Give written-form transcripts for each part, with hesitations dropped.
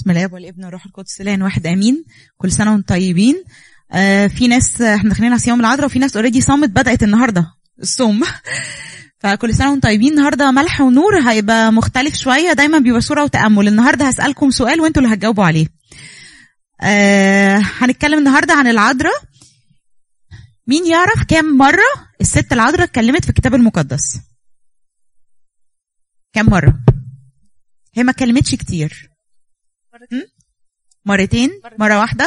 بسم الله والابن والروح القدس الان واحد امين. كل سنه وانتم طيبين. في ناس احنا داخلين على صيام العذراء وفي ناس اوريدي صامت بدات النهارده الصوم فكل سنه وانتم طيبين. النهارده ملح ونور هيبقى مختلف شويه، دايما بيبقى صوره وتامل. النهارده هسالكم سؤال وانتوا اللي هتجاوبوا عليه. هنتكلم النهارده عن العذراء. مين يعرف كام مره الست العذراء اتكلمت في الكتاب المقدس؟ كام مره؟ هي ما اتكلمتش كتير. مرتين، مرة واحدة،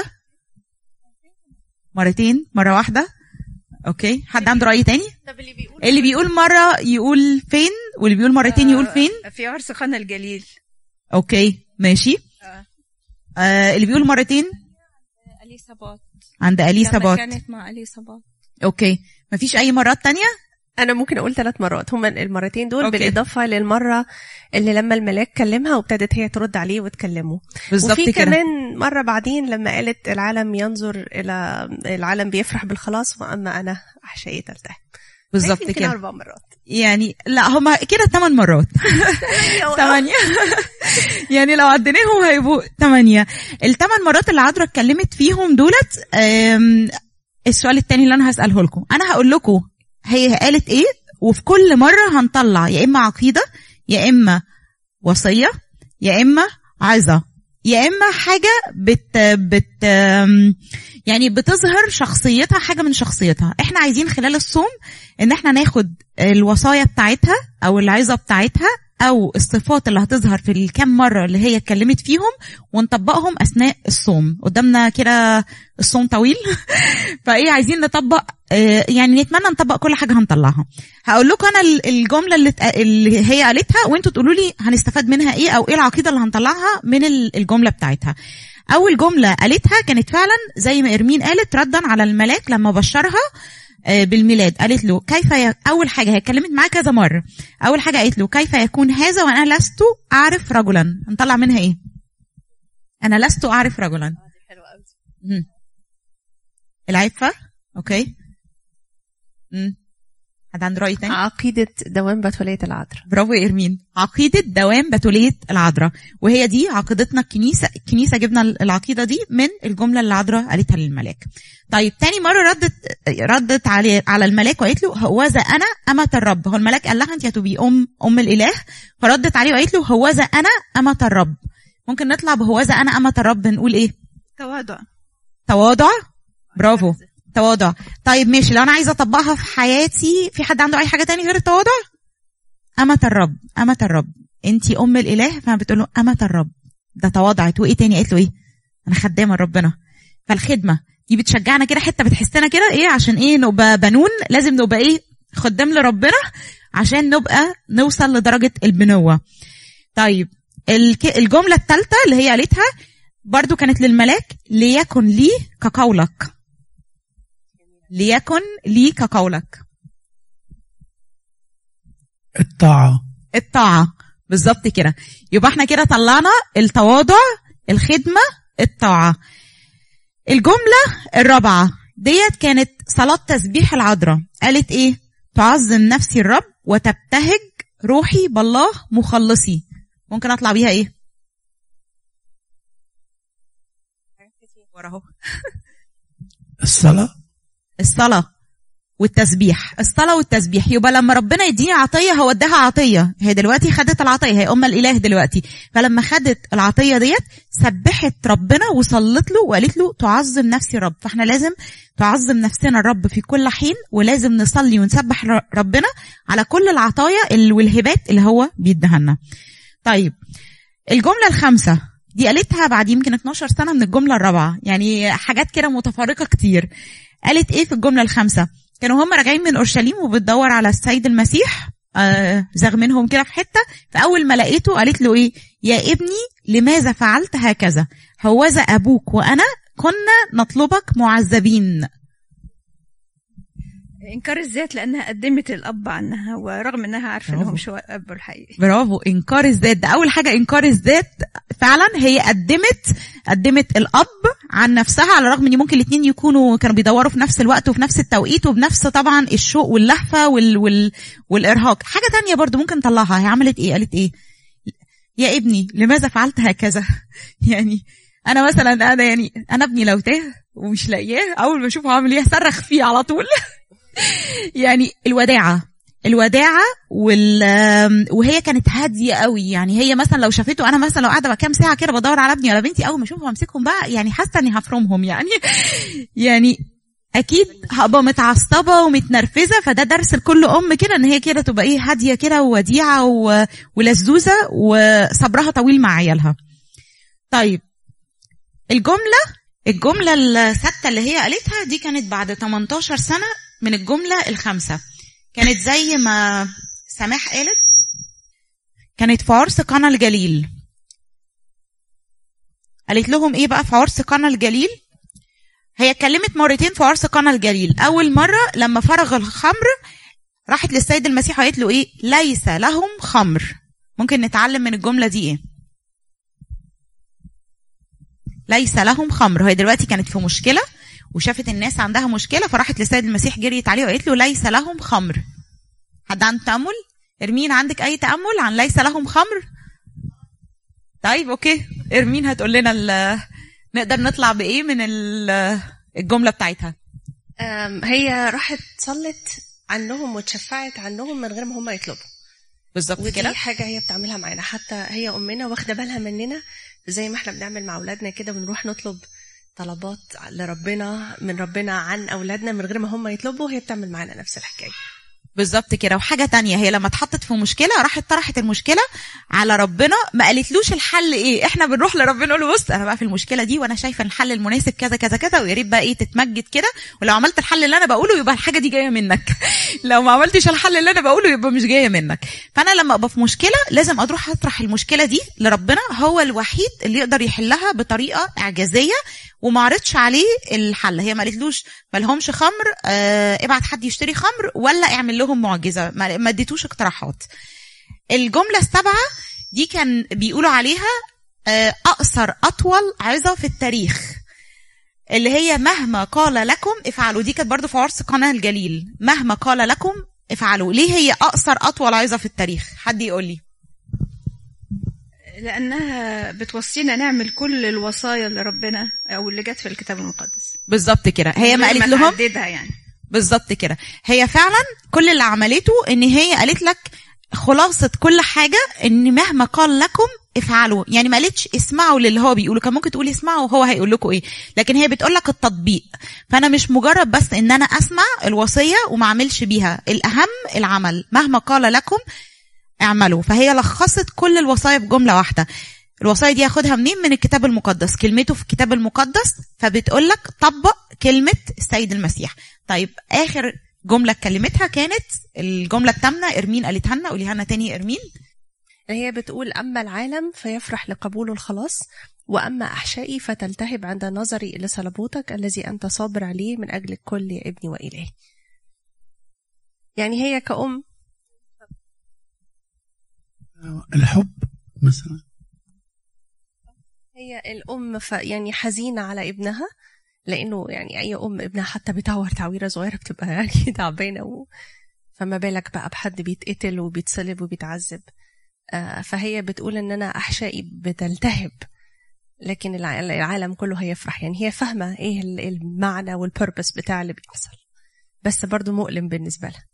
مرتين، مرة واحدة. اوكي، حد عنده رأي تاني؟ طب اللي بيقول مرة يقول فين، واللي بيقول مرتين يقول فين؟ في عرس قنا الجليل. اوكي ماشي. اللي بيقول مرتين اليصابات، عند اليصابات، كانت مع اليصابات. اوكي، مفيش اي مرات تانية؟ أنا ممكن أقول 3 مرات، هما المرتين دول أوكي. بالإضافة للمرة اللي لما الملاك كلمها وابتدت هي ترد عليه وتكلمه. بالظبط وفي كده. كمان مرة بعدين لما قالت العالم ينظر إلى العالم بيفرح بالخلاص وأما أنا أحشائي تلتهب. بالظبط يمكن كده. 4 مرات يعني لا، هما كده 8 مرات 8 يعني لو عديناهم هيبقوا 8. ال8 مرات اللي عذراء اتكلمت فيهم دولت. السؤال التاني اللي انا هسأله لكم، انا هقول لكم هي قالت ايه، وفي كل مرة هنطلع يا اما عقيدة، يا اما وصية، يا اما عظة، يا اما حاجة يعني بتظهر شخصيتها، حاجة من شخصيتها. احنا عايزين خلال الصوم ان احنا ناخد الوصايا بتاعتها او العظة بتاعتها او الصفات اللي هتظهر في الكام مرة اللي هي اتكلمت فيهم ونطبقهم اثناء الصوم. قدامنا كده الصوم طويل فايه عايزين نطبق، يعني نتمنى نطبق كل حاجة هنطلعها. هقول لكم انا الجملة اللي هي قالتها وانتوا تقولوا لي هنستفاد منها ايه او ايه العقيدة اللي هنطلعها من الجملة بتاعتها. اول جملة قالتها كانت فعلا زي ما إرمين قالت، ردا على الملاك لما بشرها بالميلاد. قالت له كيف اول حاجه هي اتكلمت معاه كذا مره. اول حاجه قالت له كيف يكون هذا وانا لست اعرف رجلا. نطلع منها ايه؟ انا لست اعرف رجلا. حلوة قوي. العفه. اوكي. حد عنده راي تاني؟ عقيدة دوام بتولية العذراء. برافو يا إرمين. عقيدة دوام بتولية العذراء، وهي دي عقيدتنا. الكنيسة جبنا العقيدة دي من الجملة اللي العذراء قالتها للملاك. طيب تاني مرة ردت على الملاك وقالت له هوذا أنا أمة الرب. هو الملاك قال لها أنت هتبقي أم الإله، فردت عليه وقالت له هوذا أنا أمة الرب. ممكن نطلع بهوذا أنا أمة الرب نقول إيه؟ تواضع. برافو، تواضع. طيب ماشي، لو انا عايزه اطبقها في حياتي، في حد عنده اي حاجه تاني غير التواضع؟ أمة الرب. أمة الرب، انتي ام الاله، فانا بتقول له أمة الرب. ده تواضعت. وايه تاني قالت له ايه؟ انا خدامه لربنا. فالخدمه دي بتشجعنا كده، حته بتحسنا كده ايه، عشان ايه نبقى بنون، لازم نبقى ايه، خدام لربنا عشان نبقى نوصل لدرجه البنوه. طيب الجمله الثالثه اللي هي قالتها برضو كانت للملاك، ليكن لي كقولك. ليكن لي كقولك. الطاعة بالظبط كده. يبقى احنا كده طلعنا التواضع، الخدمة، الطاعة. الجملة الرابعة ديت كانت صلاة تسبيح العذراء. قالت ايه؟ تعظم نفسي الرب وتبتهج روحي بالله مخلصي. ممكن اطلع بيها ايه؟ وراه الصلاة والتسبيح. الصلاة والتسبيح. يبقى لما ربنا يديني عطية هو اداها عطية، هي دلوقتي خدت العطية، هي أم الإله دلوقتي. فلما خدت العطية ديت سبحت ربنا وصلت له وقالت له تعظم نفسي الرب. فاحنا لازم تعظم نفسنا الرب في كل حين، ولازم نصلي ونسبح ربنا على كل العطايا والهبات اللي هو بيديها لنا. طيب الجملة الخامسة دي قالتها بعد يمكن 12 سنة من الجملة الرابعة، يعني حاجات كده متفارقة كتير. قالت ايه في الجملة الخامسة؟ كانوا هم راجعين من اورشليم وبتدور على السيد المسيح، زغ منهم كده في حتة. فاول ما لقيته قالت له ايه؟ يا ابني لماذا فعلت هكذا؟ هوذا ابوك وانا كنا نطلبك معذبين. انكار الذات، لانها قدمت الاب عنها ورغم انها عارفه انهم شو ابو الحقيقي. برافو. انكار الذات ده اول حاجه. انكار الذات فعلا هي قدمت الاب عن نفسها، على الرغم ان ممكن الاثنين يكونوا كانوا بيدوروا في نفس الوقت وفي نفس التوقيت وبنفس طبعا الشوق واللهفه والارهاق. حاجه تانية برضو ممكن نطلعها، هي عملت ايه؟ قالت ايه؟ يا ابني لماذا فعلت هكذا؟ يعني انا مثلا انا ابني لو تاه ومش لاقياه، اول ما اشوفه هعمل ايه؟ هصرخ فيه على طول. يعني الوداعة وهي كانت هادية قوي. يعني هي مثلا لو شافته، انا مثلا لو قاعدة بقى كام ساعة كده بدور على ابني ولا بنتي، اول ما اشوفهم امسكهم بقى يعني حاسة اني هفرمهم يعني اكيد هبقى متعصبة ومتنرفزة. فده درس لكل ام كده، ان هي كده تبقى ايه، هادية كده ووديعة ولذوذة وصبرها طويل مع عيالها. طيب الجملة الثابتة اللي هي قالتها دي كانت بعد 18 سنة من الجملة الخامسة. كانت زي ما سماح قالت، كانت في عرس قنا الجليل. قالت لهم ايه بقى في عرس قنا الجليل؟ هي اتكلمت مرتين في عرس قنا الجليل. اول مرة لما فرغ الخمر راحت للسيد المسيح وقالت له ايه؟ ليس لهم خمر. ممكن نتعلم من الجملة دي ايه؟ ليس لهم خمر. هي دلوقتي كانت في مشكلة وشافت الناس عندها مشكلة، فراحت للسيد المسيح جريت عليه وقالت له ليس لهم خمر. حد عنده تأمل؟ ارمين عندك اي تأمل عن ليس لهم خمر؟ طيب اوكي، ارمين هتقول لنا نقدر نطلع بايه من الجملة بتاعتها. هي راحت صلت عنهم وتشفعت عنهم من غير ما هم يطلبوا. بالظبط كده. ودي حاجة هي بتعملها معانا، حتى هي أمنا واخدة بالها مننا زي ما احنا بنعمل مع أولادنا كده، بنروح نطلب طلبات لربنا من ربنا عن أولادنا من غير ما هم يطلبوا. هي بتعمل معانا نفس الحكاية. بالظبط كده. وحاجة تانية، هي لما اتحطت في مشكلة راحت طرحت المشكلة على ربنا، ما قالتلوش الحل ايه. احنا بنروح لربنا نقول له بص انا بقى في المشكلة دي وانا شايفة الحل المناسب كذا كذا كذا، ويا ريت بقى ايه تتمجد كده، ولو عملت الحل اللي انا بقوله يبقى الحاجة دي جاية منك، لو ما عملتش الحل اللي انا بقوله يبقى مش جاية منك. فانا لما ابقى في مشكلة لازم اروح اطرح المشكلة دي لربنا، هو الوحيد اللي يقدر يحلها بطريقة اعجازية، وما عرضش عليه الحل. هي ما قالتلوش ما لهمش خمر، ابعت حد يشتري خمر، ولا اعمل لهم معجزة، ما اديتوش اقتراحات. الجملة السابعة دي كان بيقولوا عليها اقصر اطول عظة في التاريخ، اللي هي مهما قال لكم افعلوا. دي كانت برضو في عرس قنا الجليل، مهما قال لكم افعلوا. ليه هي اقصر اطول عظة في التاريخ؟ حد يقول لي. لأنها بتوصينا نعمل كل الوصايا اللي ربنا أو اللي جت في الكتاب المقدس. بالظبط كده. هي ما قالت لهم يعني. بالظبط كده. هي فعلا كل اللي عملته ان هي قالت لك خلاصة كل حاجة، ان مهما قال لكم افعلوا. يعني ما قالتش اسمعوا للي هو بيقوله، كان ممكن تقول اسمعوا وهو هيقول لكم ايه، لكن هي بتقول لك التطبيق. فانا مش مجرد بس ان انا اسمع الوصية وما اعملش بيها، الاهم العمل. مهما قال لكم اعملوا. فهي لخصت كل الوصايا بجملة واحدة. الوصايا دي هاخدها منين؟ من الكتاب المقدس، كلمته في الكتاب المقدس، فبتقولك طبق كلمة السيد المسيح. طيب آخر جملة اتكلمتها كانت الجملة الثامنة. ارمين قالتها لنا، قوليها لنا تاني ارمين. هي بتقول أما العالم فيفرح لقبول الخلاص، وأما أحشائي فتلتهب عند نظري إلى صلبوتك الذي أنت صابر عليه من أجل الكل يا ابني وإلهي. يعني هي كأم الحب مثلا، هي الأم يعني حزينة على ابنها، لأنه يعني أي أم ابنها حتى بتعور تعويرة صغيرة بتبقى يعني تعبانة، فما بالك بقى بحد بيتقتل وبيتصلب وبيتعذب. فهي بتقول إن أنا أحشائي بتلتهب، لكن العالم كله هيفرح. يعني هي فاهمة إيه المعنى والبربس بتاع اللي بيحصل، بس برضو مؤلم بالنسبة لها.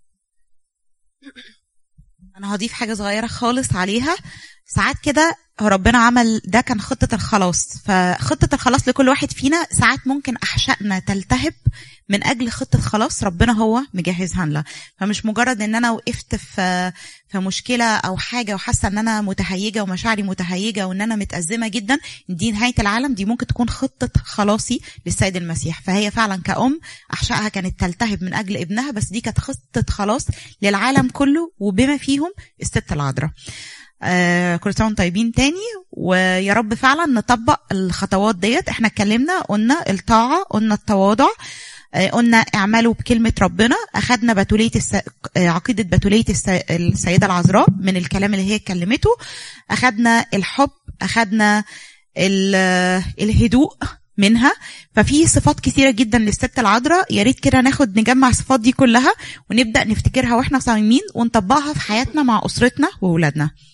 أنا هضيف حاجة صغيرة خالص عليها. ساعات كده ربنا عمل ده، كان خطة الخلاص. فخطة الخلاص لكل واحد فينا ساعات ممكن أحشائنا تلتهب من أجل خطة خلاص ربنا هو مجهزها لنا. فمش مجرد إن أنا وقفت في مشكلة أو حاجة وحاسة إن أنا متهيجة ومشاعري متهيجة وإن أنا متأزمة جدا، دي نهاية العالم. دي ممكن تكون خطة خلاصي للسيد المسيح. فهي فعلا كأم أحشائها كانت تلتهب من أجل ابنها، بس دي كانت خطة خلاص للعالم كله وبما فيهم الست العذراء. كل سنة طيبين تاني، ويا رب فعلا نطبق الخطوات ديت. احنا اتكلمنا، قلنا الطاعة، قلنا التواضع، قلنا اعملوا بكلمة ربنا، اخدنا بتولية عقيدة بتولية السيدة العذراء من الكلام اللي هي اتكلمته، اخدنا الحب، اخدنا الهدوء منها. ففي صفات كثيرة جدا للست العذراء. يا ريت كده نجمع الصفات دي كلها ونبدأ نفتكرها واحنا صايمين ونطبقها في حياتنا مع أسرتنا وأولادنا.